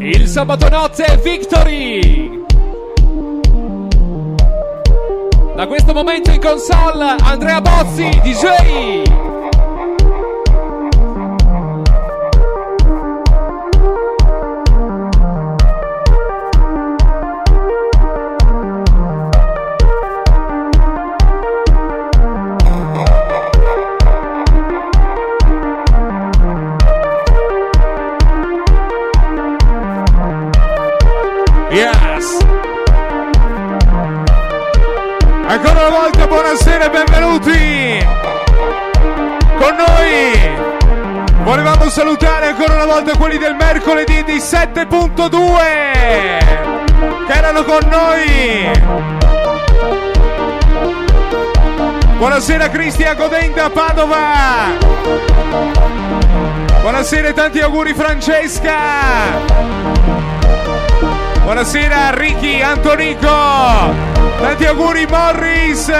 Il sabato notte Victory. Da questo momento in console Andrea Bozzi, DJ. Yes! Ancora una volta buonasera e benvenuti con noi. Volevamo salutare ancora una volta quelli del mercoledì di 7.2 che erano con noi. Buonasera Cristian Godin da Padova. Buonasera e tanti auguri Francesca. Buonasera Ricky, Antonico, tanti auguri Morris.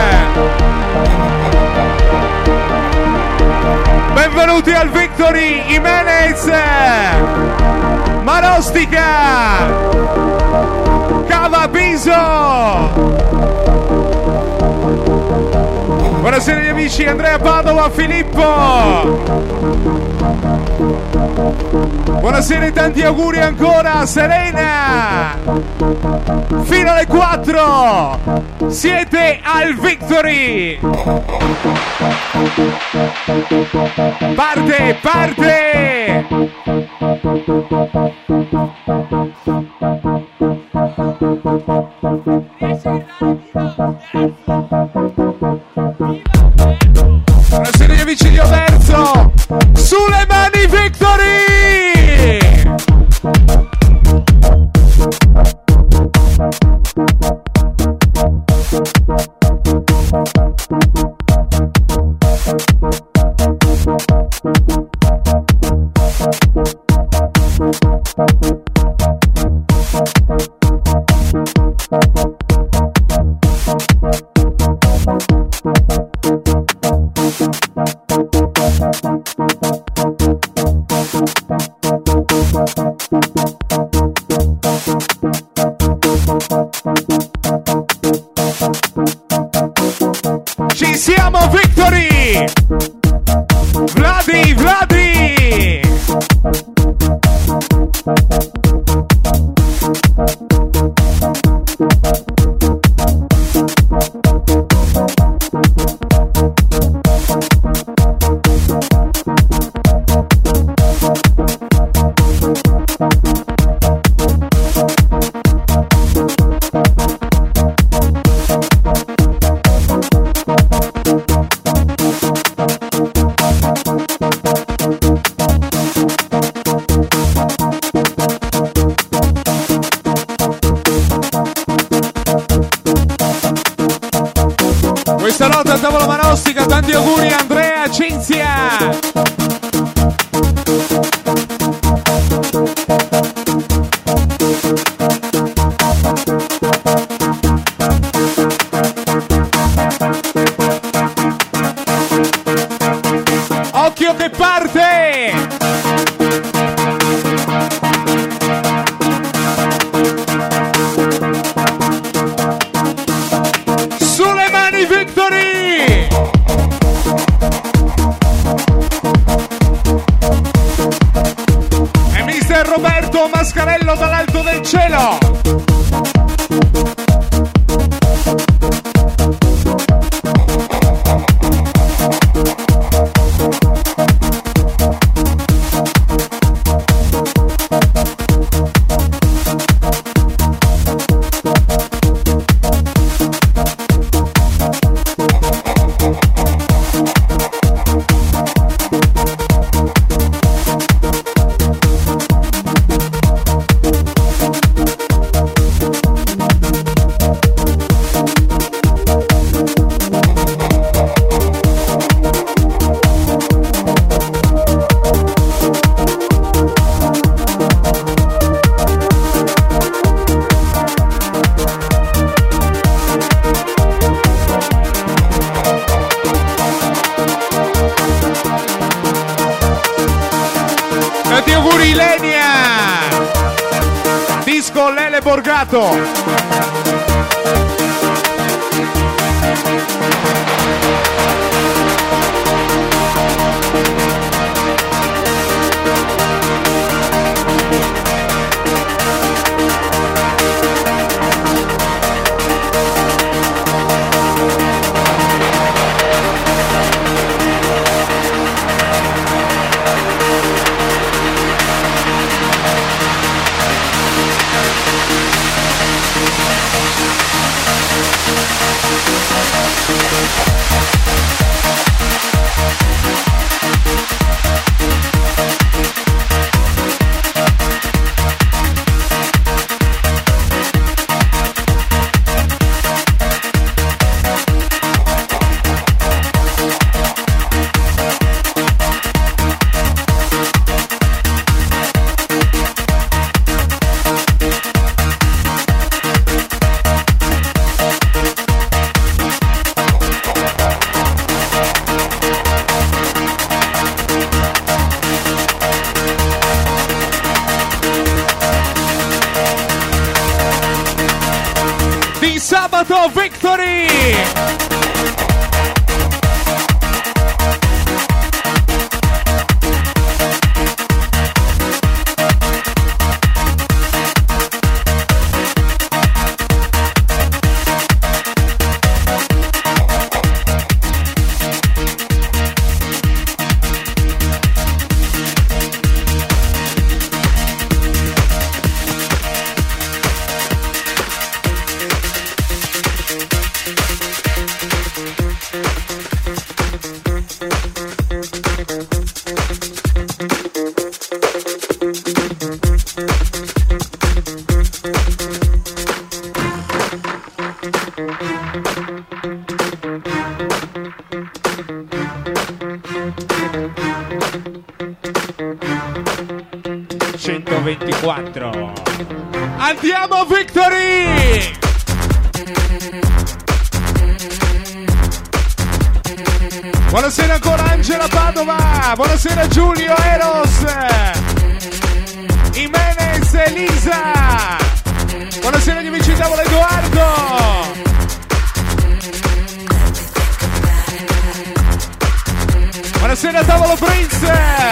Benvenuti al Victory, Jimenez, Marostica, Cavabiso. Buonasera agli amici Andrea Padova, Filippo. Buonasera e tanti auguri ancora a Serena. Fino alle 4 siete al Victory. Parte, parte. Buonasera agli amici di Overzo. Sulle mani Victory. Ci siamo Victory! Vladi, Vladi! Questa notte al tavolo Manostica, tanti auguri Andrea Cinzia! Occhio che parte! Sulle mani Victory! E mister Roberto Mascarello dall'alto del cielo! Emanuele Borgato. Sabato Victory! Andiamo Victory! Buonasera ancora Angela Padova, buonasera Giulio Eros, Jimenez Elisa, buonasera agli amici di tavola Edoardo. Buonasera tavolo Prince,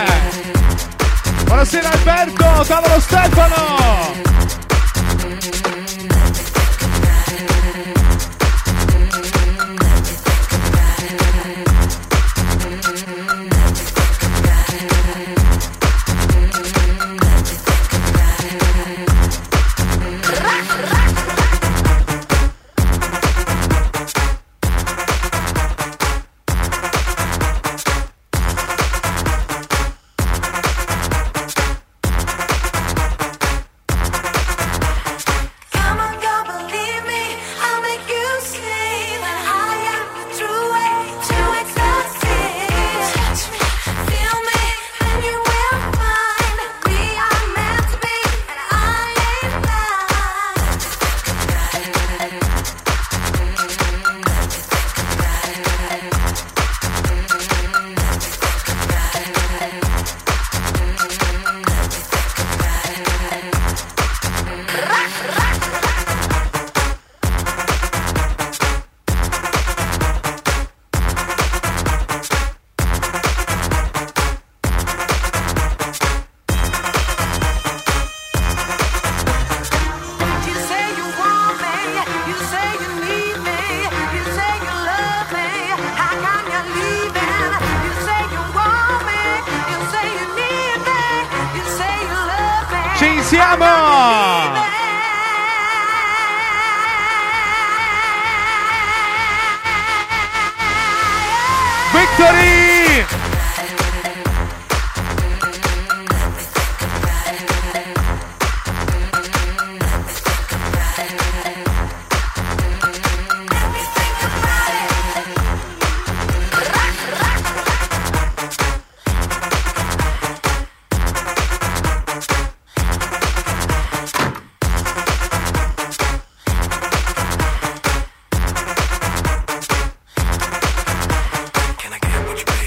buonasera Alberto, tavolo Stefano. Can I get what you pay?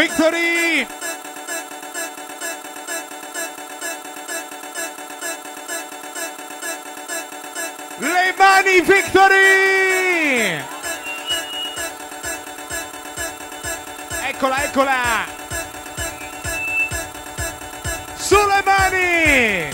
Victory! Le mani, Victory! Eccola, eccola! Sulle mani!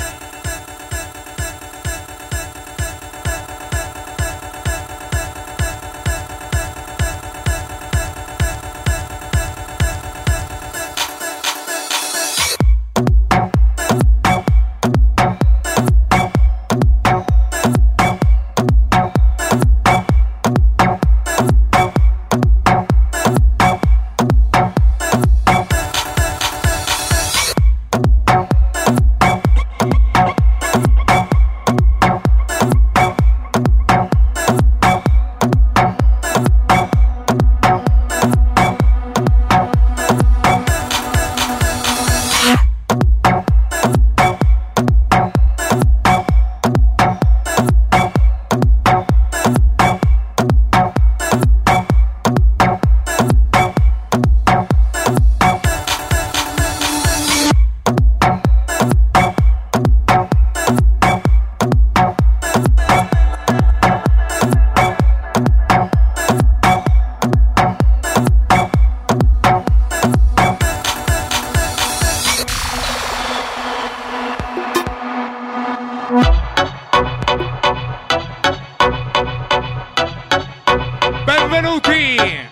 Benvenuti!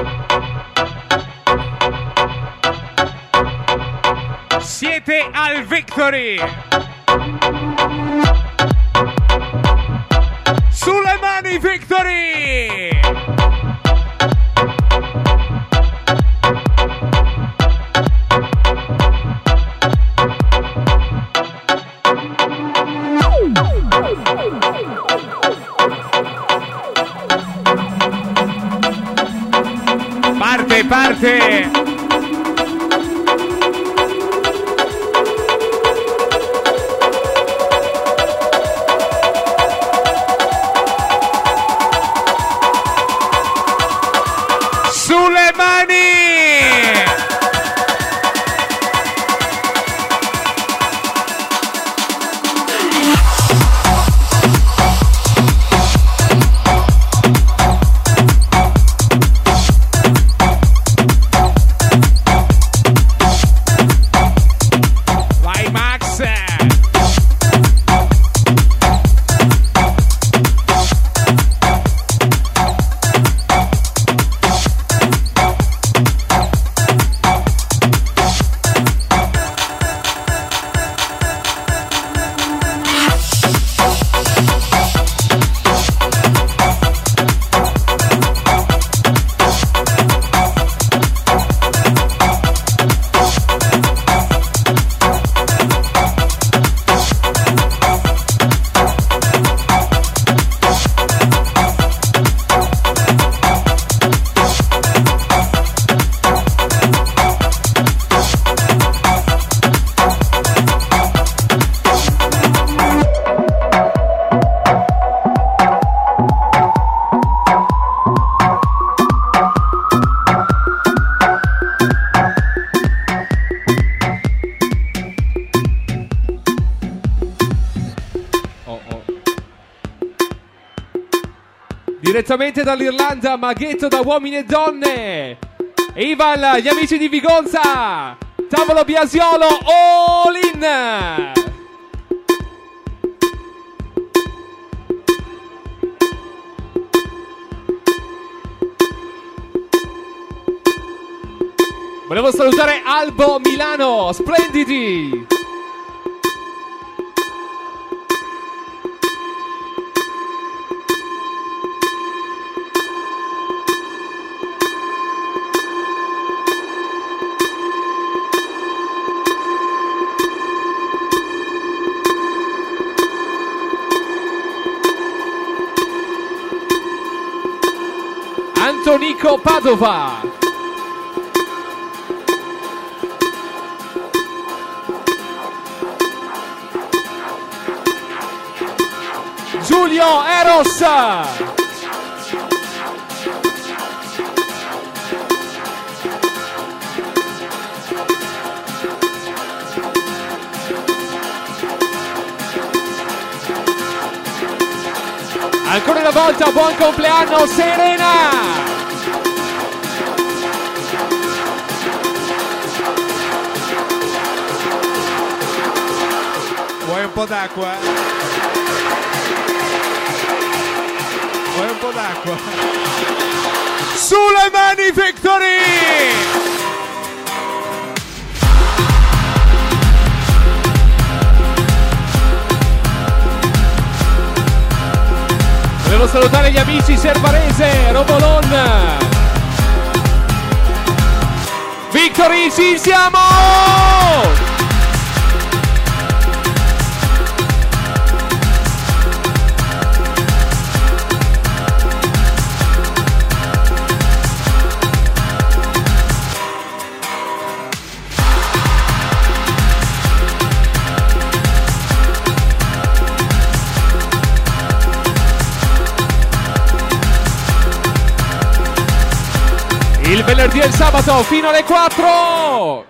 Siete al Victory! Sulle mani, Victory! Parte! Sulle mani! Direttamente dall'Irlanda, Maghetto da Uomini e Donne. Ivan, gli amici di Vigonza. Tavolo Biasiolo, all in. Volevo salutare Albo Milano, splendidi. Antonico Padova. Giulio Eros. Ancora una volta buon compleanno Serena! Vuoi un po' d'acqua? Vuoi un po' d'acqua? Sulle mani Victory! Volevo salutare gli amici Servarese, Robolon. Victory, ci siamo! Il venerdì e il sabato fino alle 4!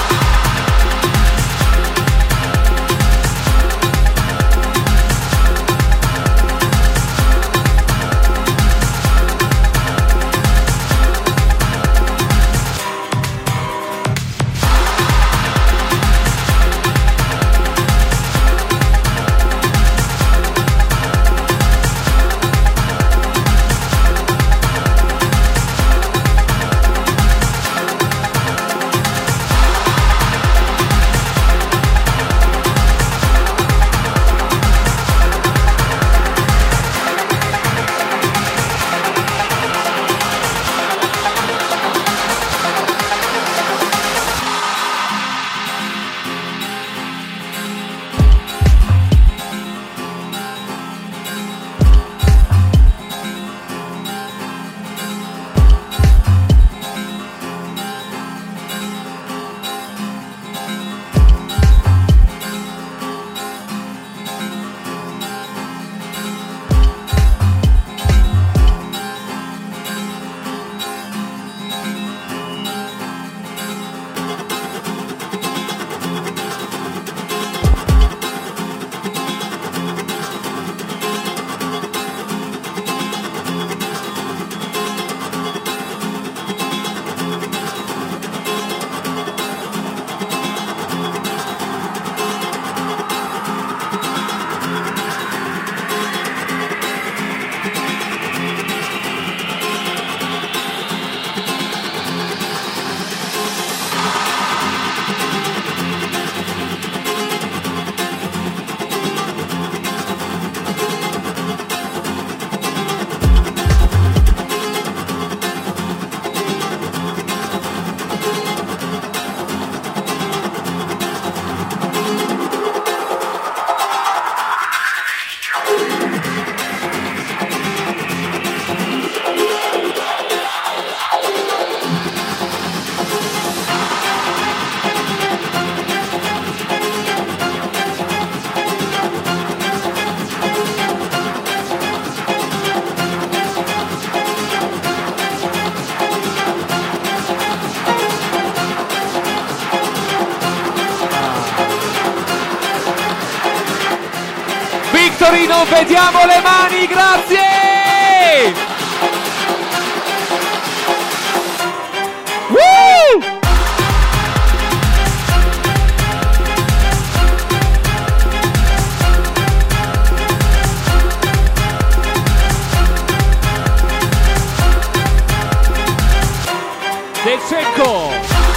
Non vediamo le mani, grazie! Woo! De Cecco!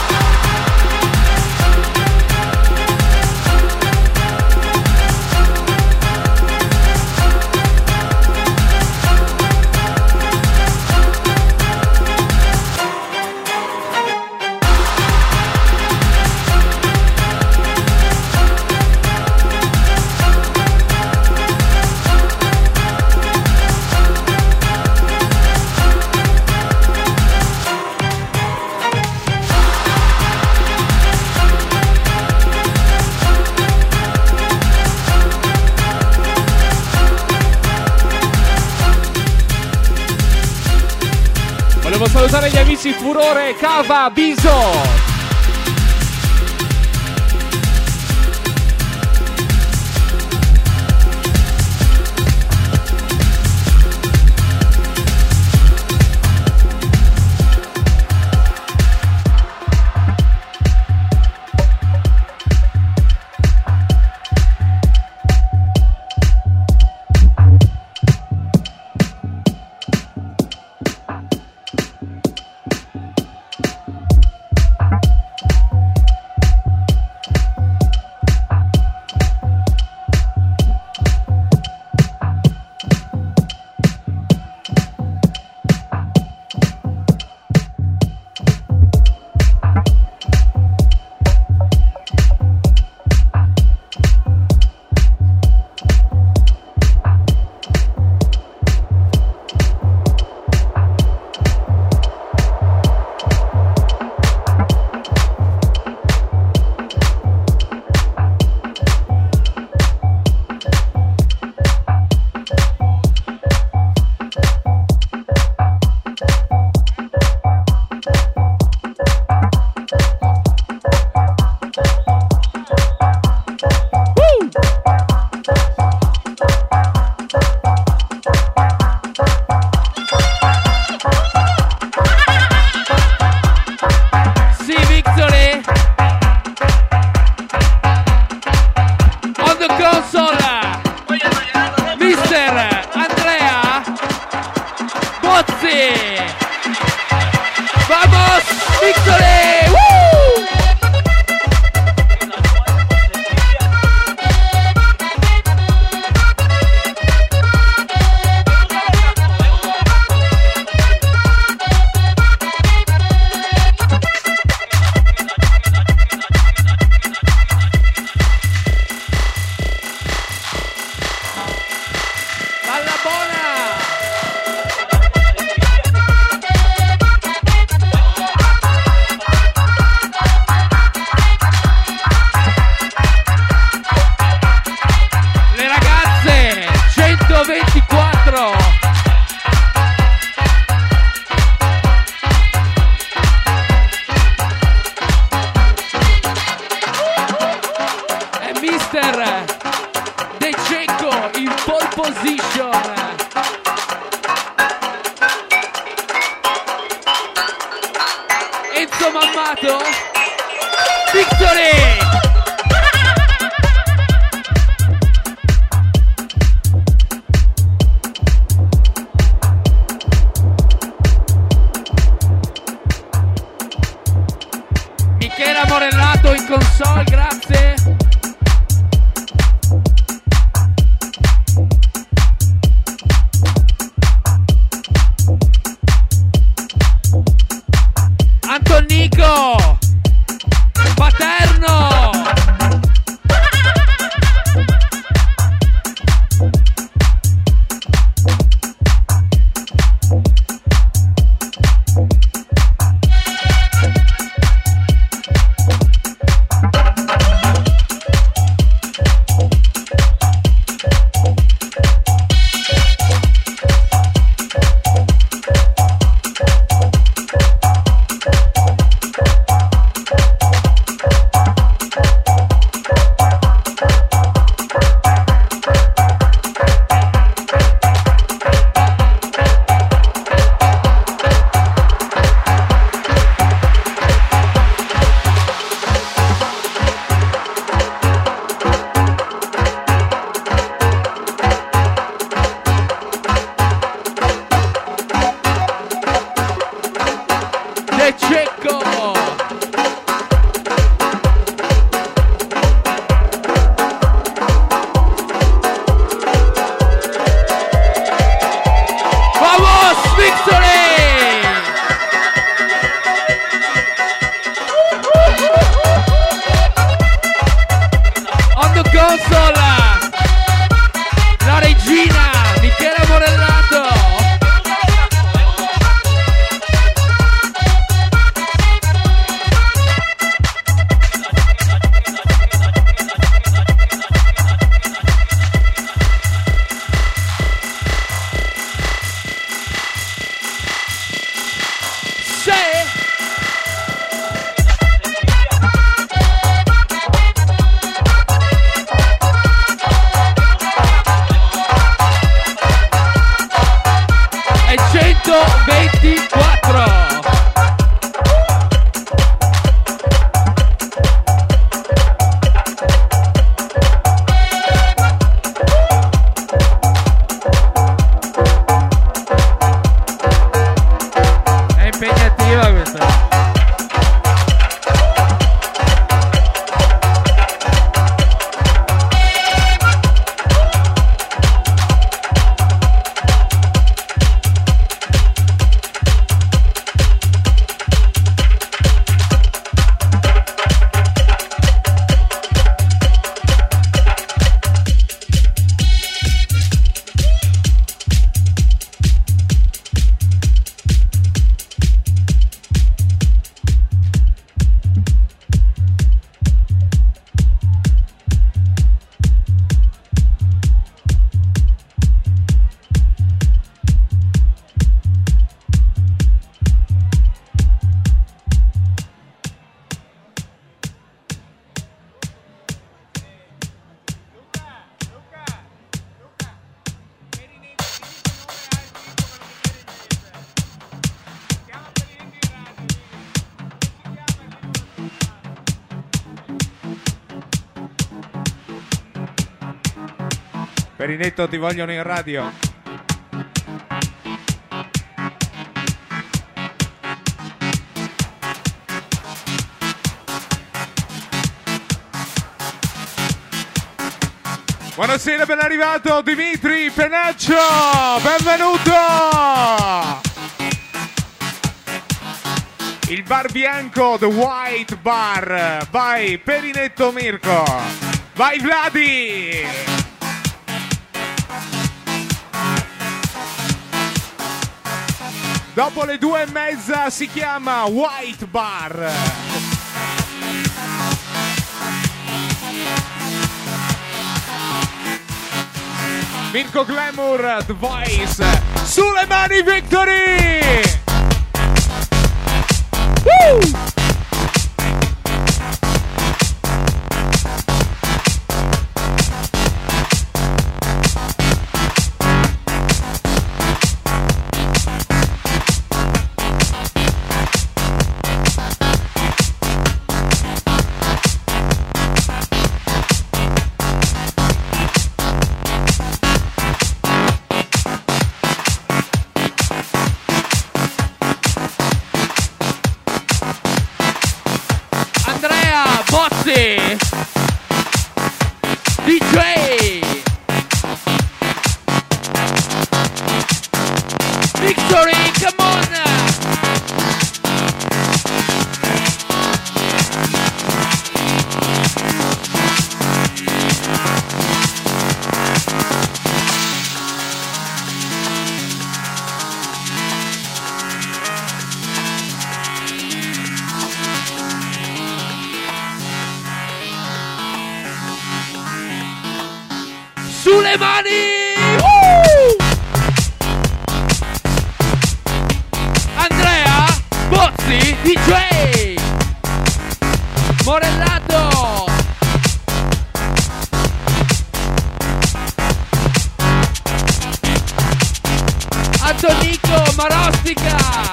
Volevo salutare gli amici Furore, Cava, Biso. console, Mister Andrea Bozzi. Vamos, Victory! Woo! Perinetto, ti vogliono in radio. Buonasera, ben arrivato Dimitri Penaccio, benvenuto! Il bar bianco, The White Bar, vai Perinetto Mirko, vai Vladi! Dopo le 2:30 si chiama White Bar. Mirko Glamour, The Voice, sulle mani Victory! Woo! DJ Victory, come on! Sulle mani! Andrea Bozzi DJ Morellato Antonico Marostica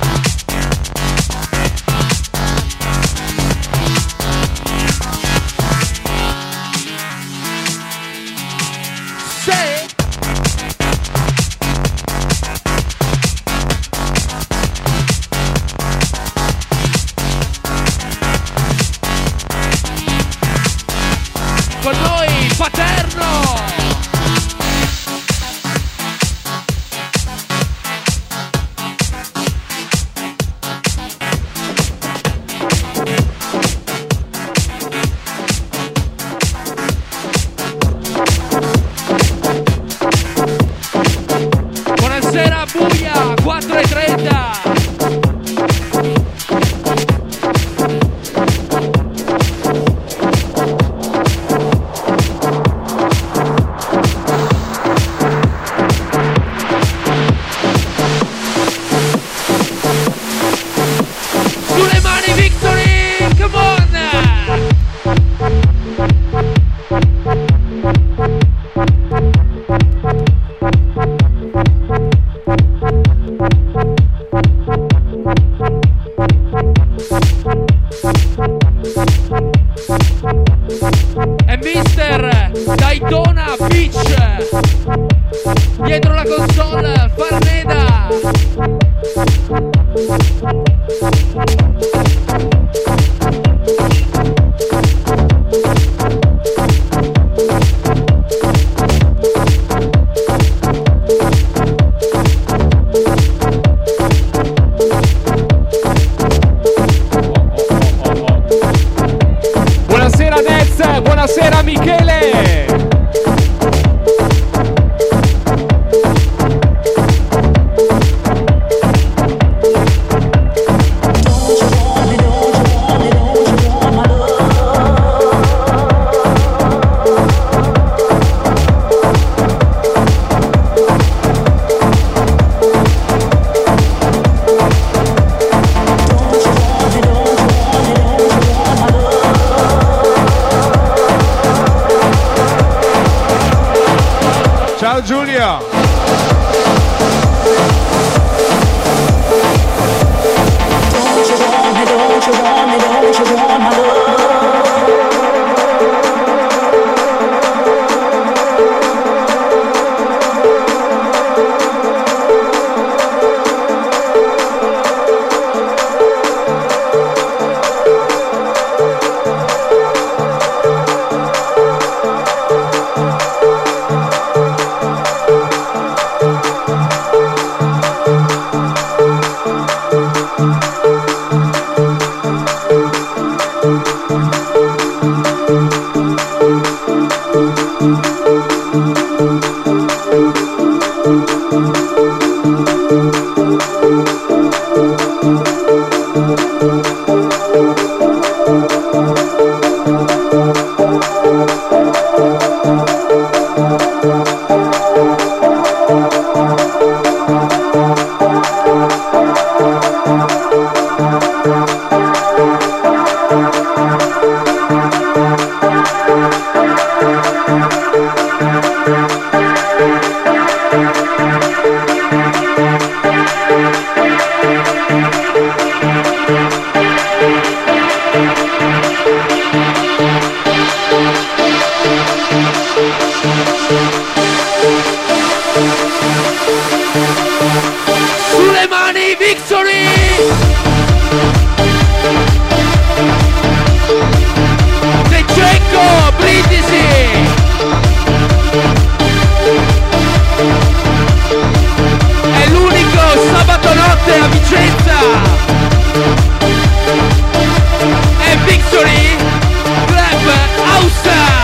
con noi Paterno buonasera Buia 4:30 e Mister Daytona Beach dietro la console Farneda buonasera Nez, buonasera Michele. Ciao Giulio! Sulle mani, Victory! De Cecco, Brindisi! È l'unico sabato notte a Vicenza! È Victory Club House!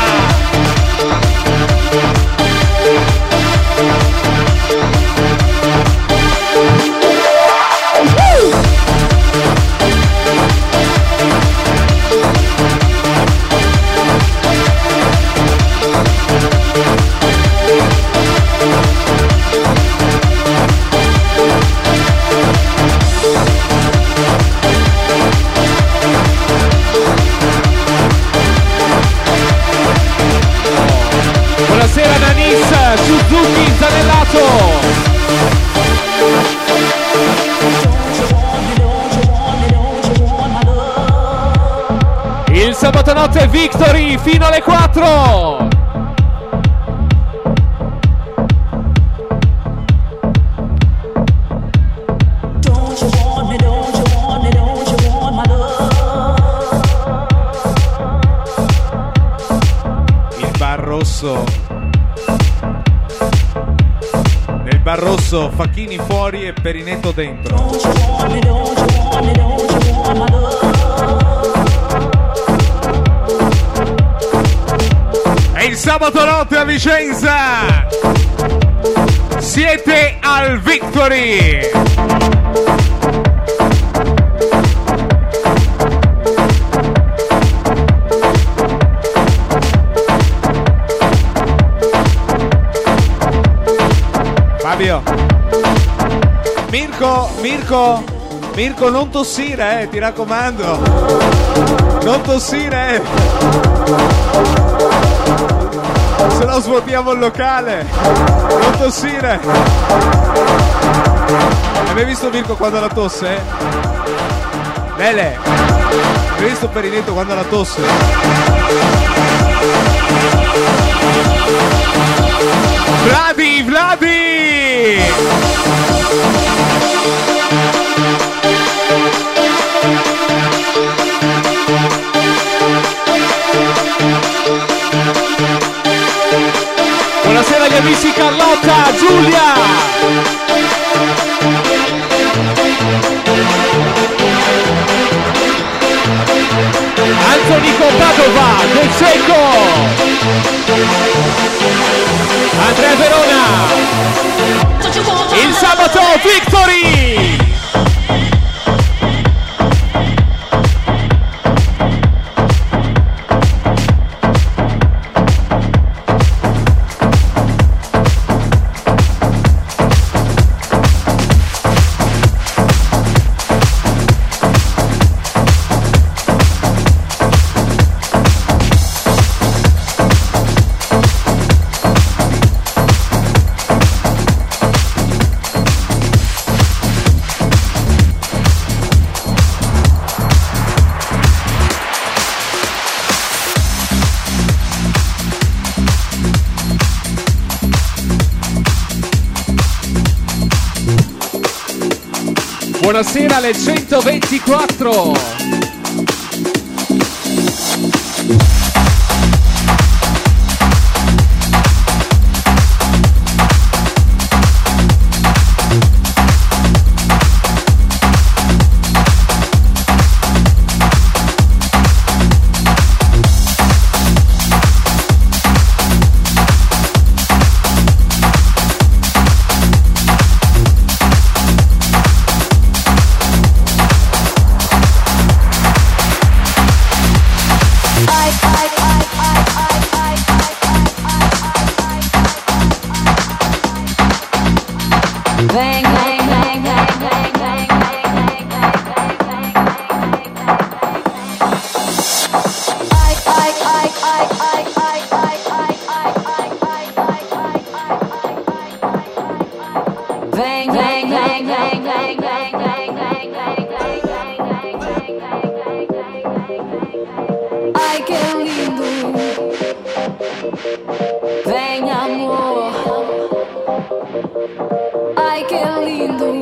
Buonasera Nanis, Suzuki, Zanellato. Il sabato notte Victory fino alle 4. Il bar rosso. Nel bar rosso Facchini fuori e Perinetto dentro. È il sabato notte a Vicenza. Siete al Victory. Fabio. Mirko, non tossire, ti raccomando. Non tossire. Se no svuotiamo il locale. Non tossire. Hai mai visto Mirko quando la tosse? Lele, hai visto Perinetto quando la tosse? Vladi! Buonasera agli amici Carlotta, Giulia! Antonico Padova, De Cecco, Andrea Verona, il sabato Victory! Buonasera alle 124.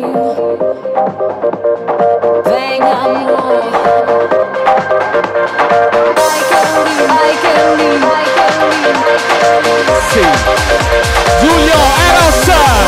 Sì. Giulio Eros.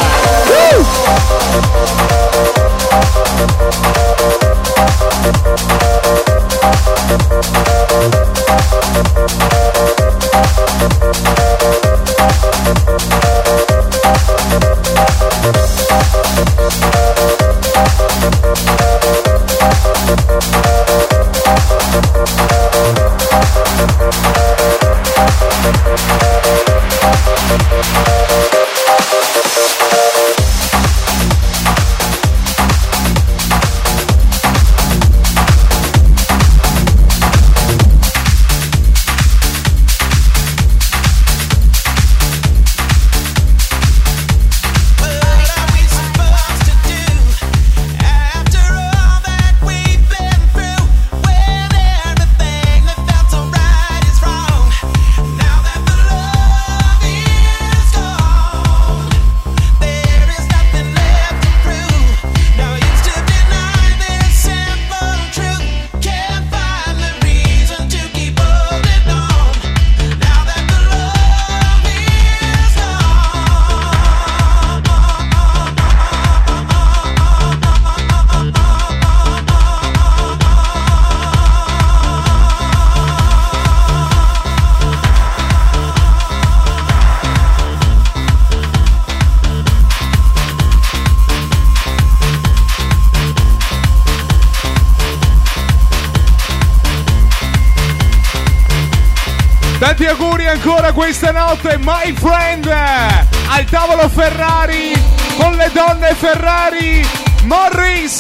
Tanti auguri ancora questa notte, my friend! Al tavolo Ferrari, con le donne Ferrari, Morris!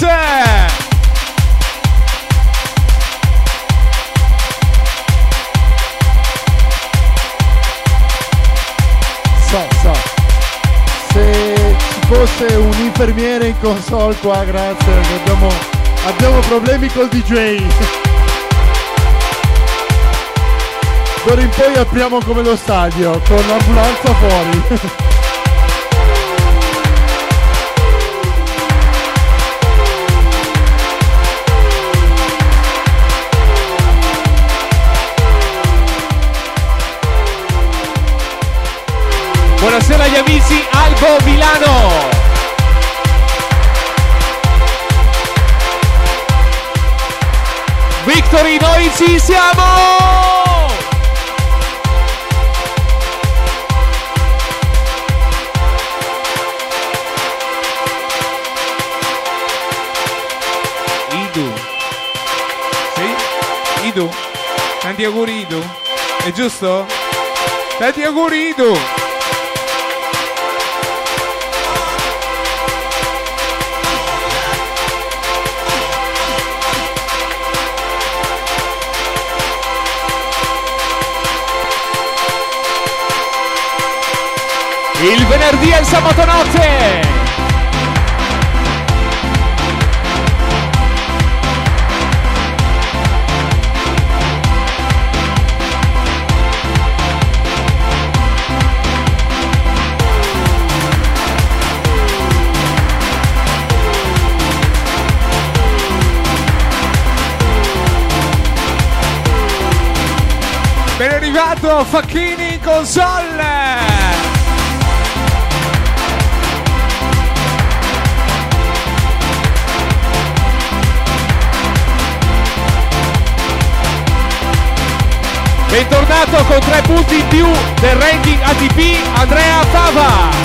So. Se ci fosse un infermiere in console qua, grazie, abbiamo problemi col DJ. D'ora in poi apriamo come lo stadio, con l'ambulanza fuori. Buonasera agli amici Albo Milano. Victory, noi ci siamo! Idu, tanti auguri Idu, è giusto? Tanti auguri Idu! Il venerdì e il sabato notte! Ben arrivato Facchini in console! Bentornato con 3 punti in più del ranking ATP, Andrea Fava.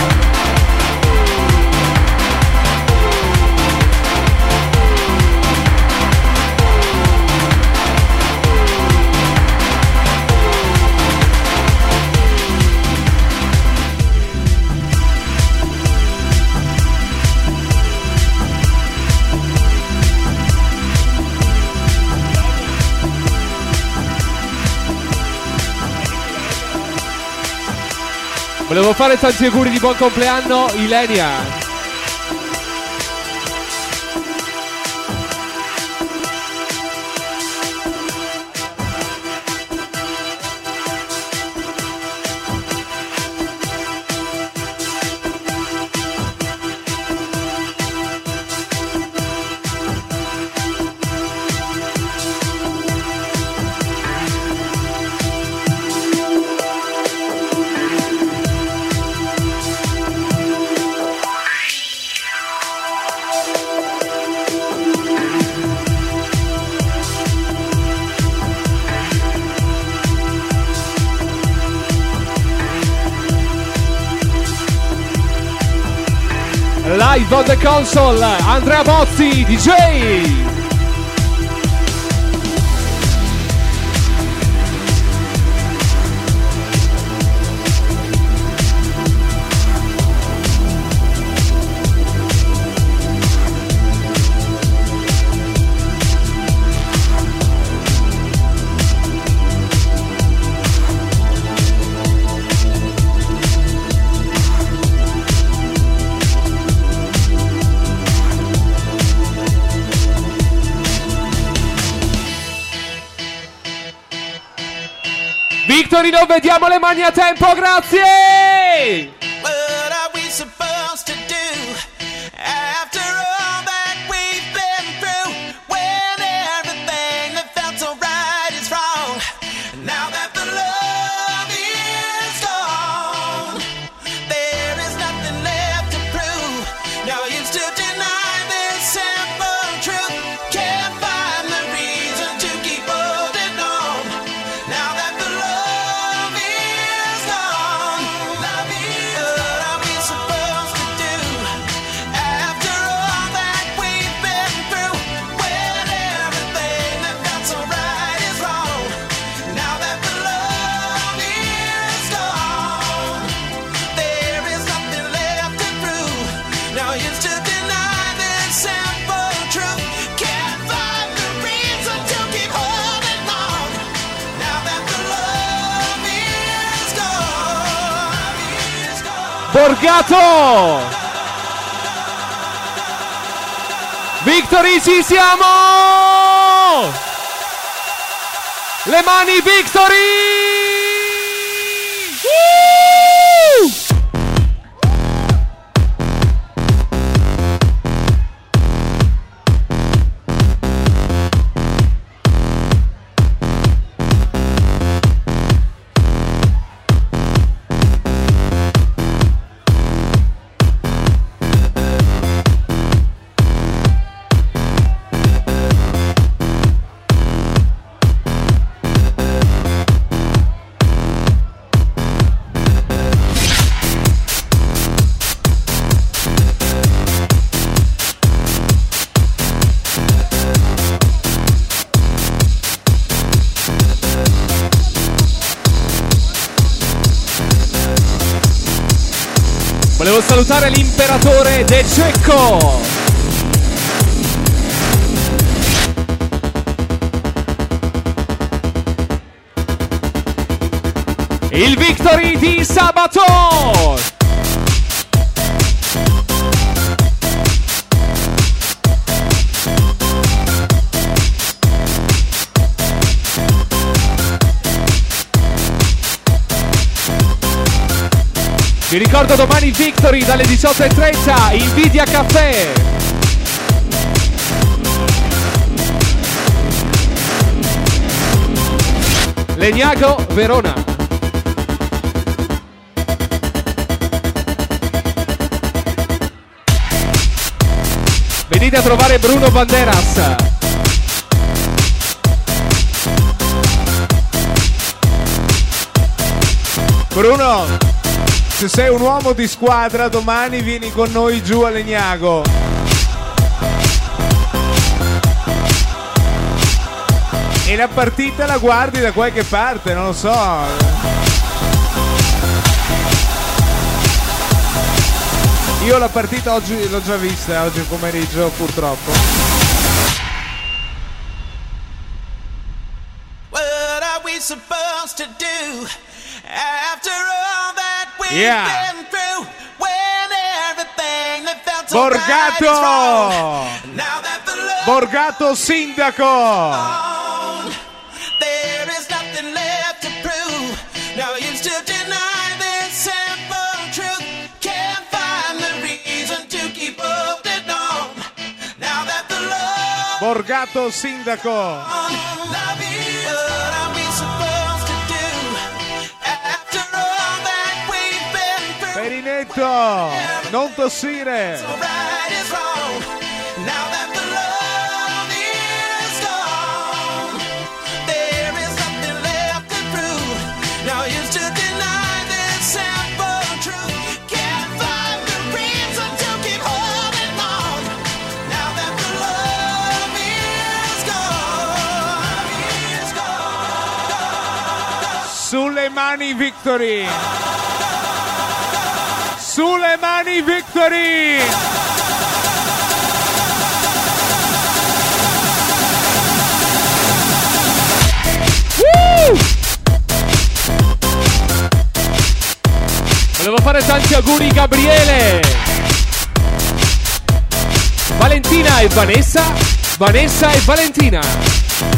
Volevo fare tanti auguri di buon compleanno, Ilenia. Live on the console, Andrea Bozzi, DJ. Victory, non vediamo le mani a tempo, grazie! What are we supposed to do after all that we've been through? When everything that felt so right is wrong. Now that the love is gone, there is nothing left to prove. Now you still deny this simple truth. Can't find the reason to keep holding on. Now that the love is gone, love is what are we supposed to do after all that we've been through? When everything that felt so right is wrong. Now that the love is gone, there is nothing left to prove. Now you still deny this simple truth. Can't find the reason to keep holding on. Now that the love is gone, is gone. Borgato! Victory, ci siamo! Le mani, Victory! Woo! Volevo salutare l'imperatore De Cecco. Il Victory di sabato. Vi ricordo domani Victory dalle 18:30, Invidia Caffè. Legnago, Verona. Venite a trovare Bruno Banderas. Bruno, se sei un uomo di squadra, domani vieni con noi giù a Legnago. E la partita la guardi da qualche parte, non lo so. Io la partita oggi l'ho già vista, oggi pomeriggio purtroppo. What are we supposed to do after all that we've been through? When everything that felt so right is wrong. Now that the love Borgato sindaco. gone, there is nothing left to prove. Now you still deny this simple truth. Can't find the reason to keep holding on. Now that the love Borgato sindaco. love is what are we supposed to do after all that we've been through? Perinetto, non tossire. So right is wrong. Now that the love is gone, there is nothing left to prove. Now you still deny this simple truth. Can't find the reason to keep holding Sulle mani Victory! Sulle mani Victory! Volevo fare tanti auguri Gabriele, Valentina e Vanessa, Vanessa e Valentina.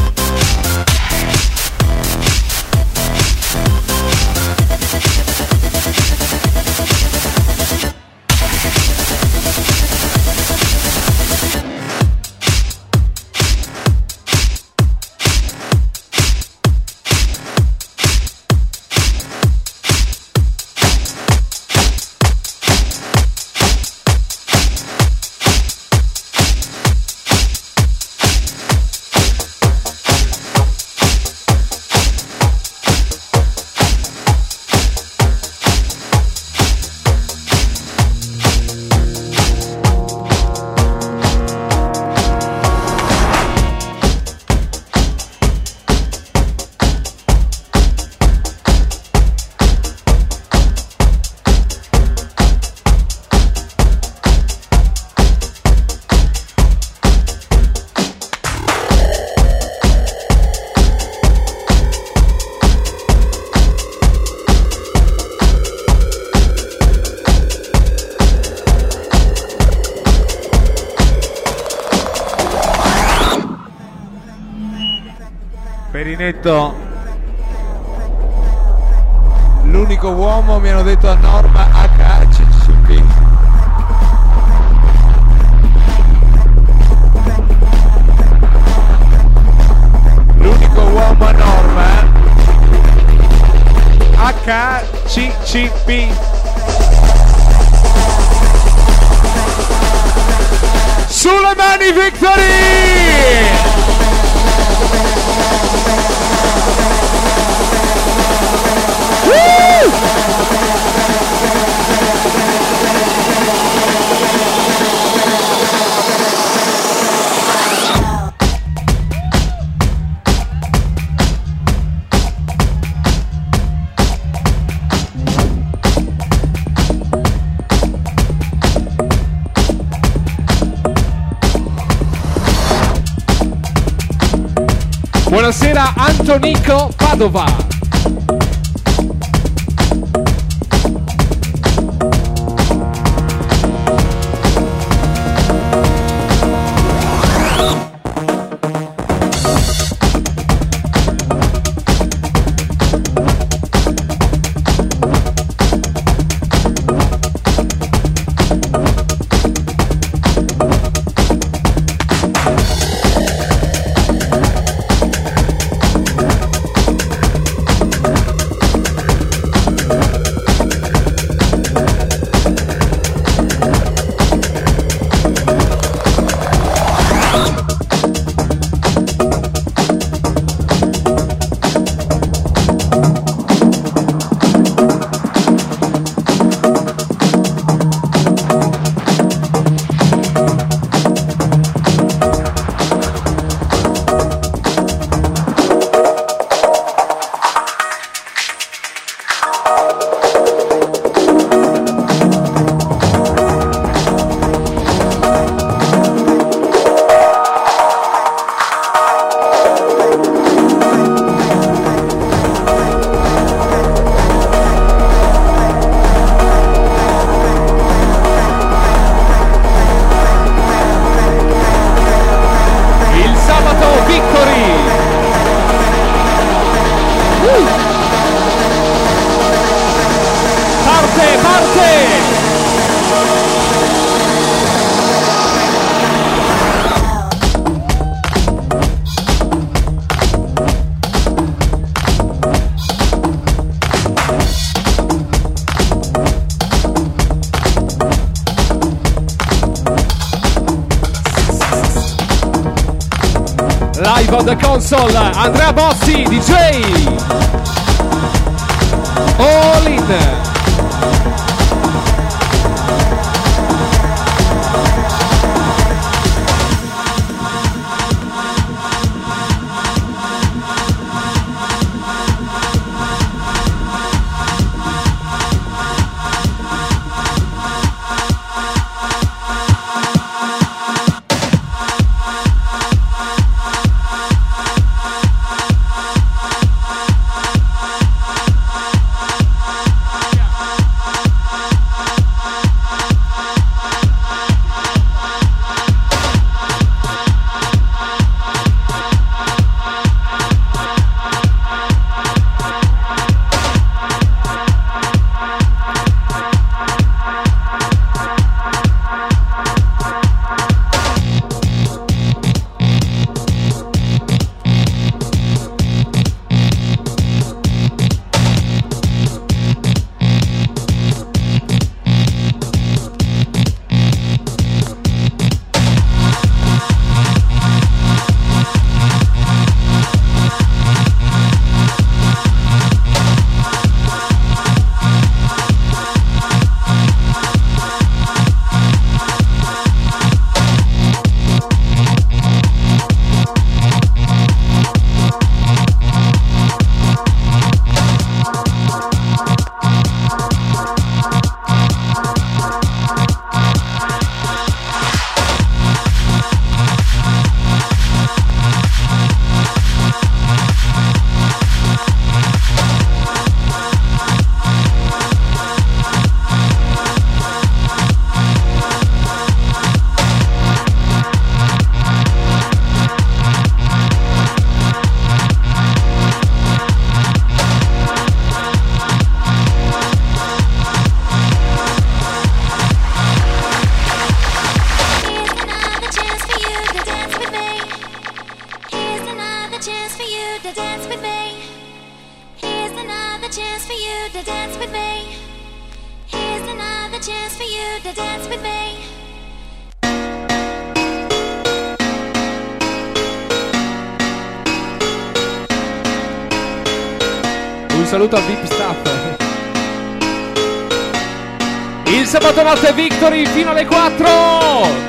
Perinetto, l'unico uomo, mi hanno detto a Norma HCCP. L'unico uomo a Norma HCCP. Sulle mani Victory! Buonasera Antonico Padova. Live on the console, Andrea Bossi, DJ. All in. a chance for you to dance with me. Un saluto al VIP staff. Il sabato notte Victory fino alle 4.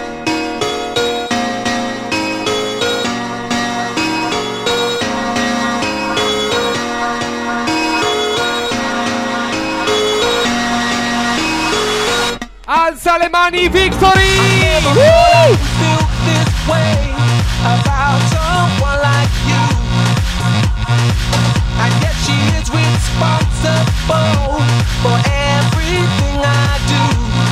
Alza le mani, Victory! Feel this way about someone like you, and yet she is responsible for everything I do.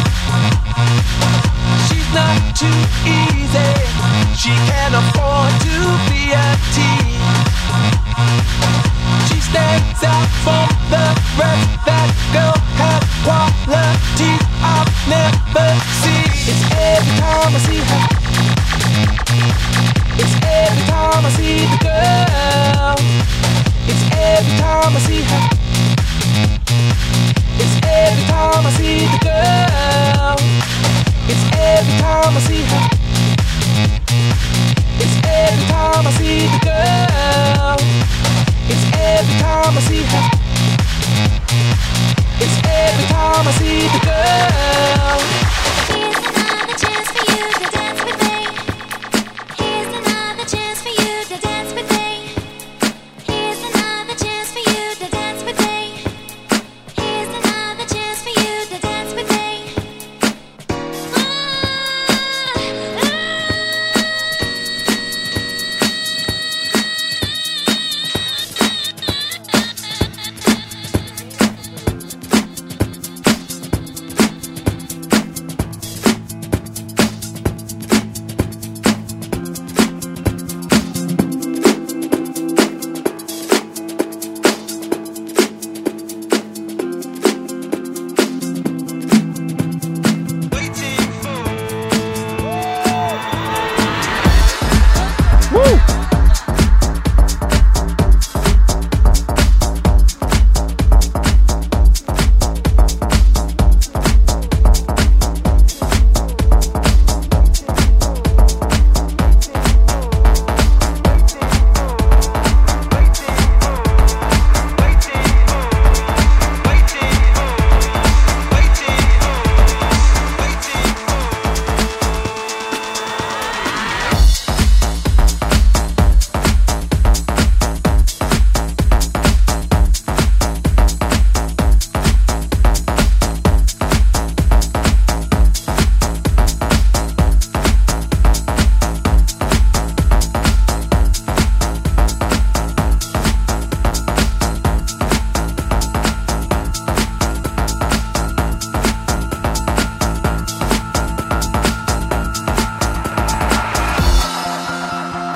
She's not too easy, she can't afford to be a tease. She stands out from the rest. That girl has qualities I've never seen. It's every time I see her, it's every time I see the girl, it's every time I see her, it's every time I see the girl, it's every time I see her, it's every time I see the girl, it's every time I see her, it's every time I see the girl.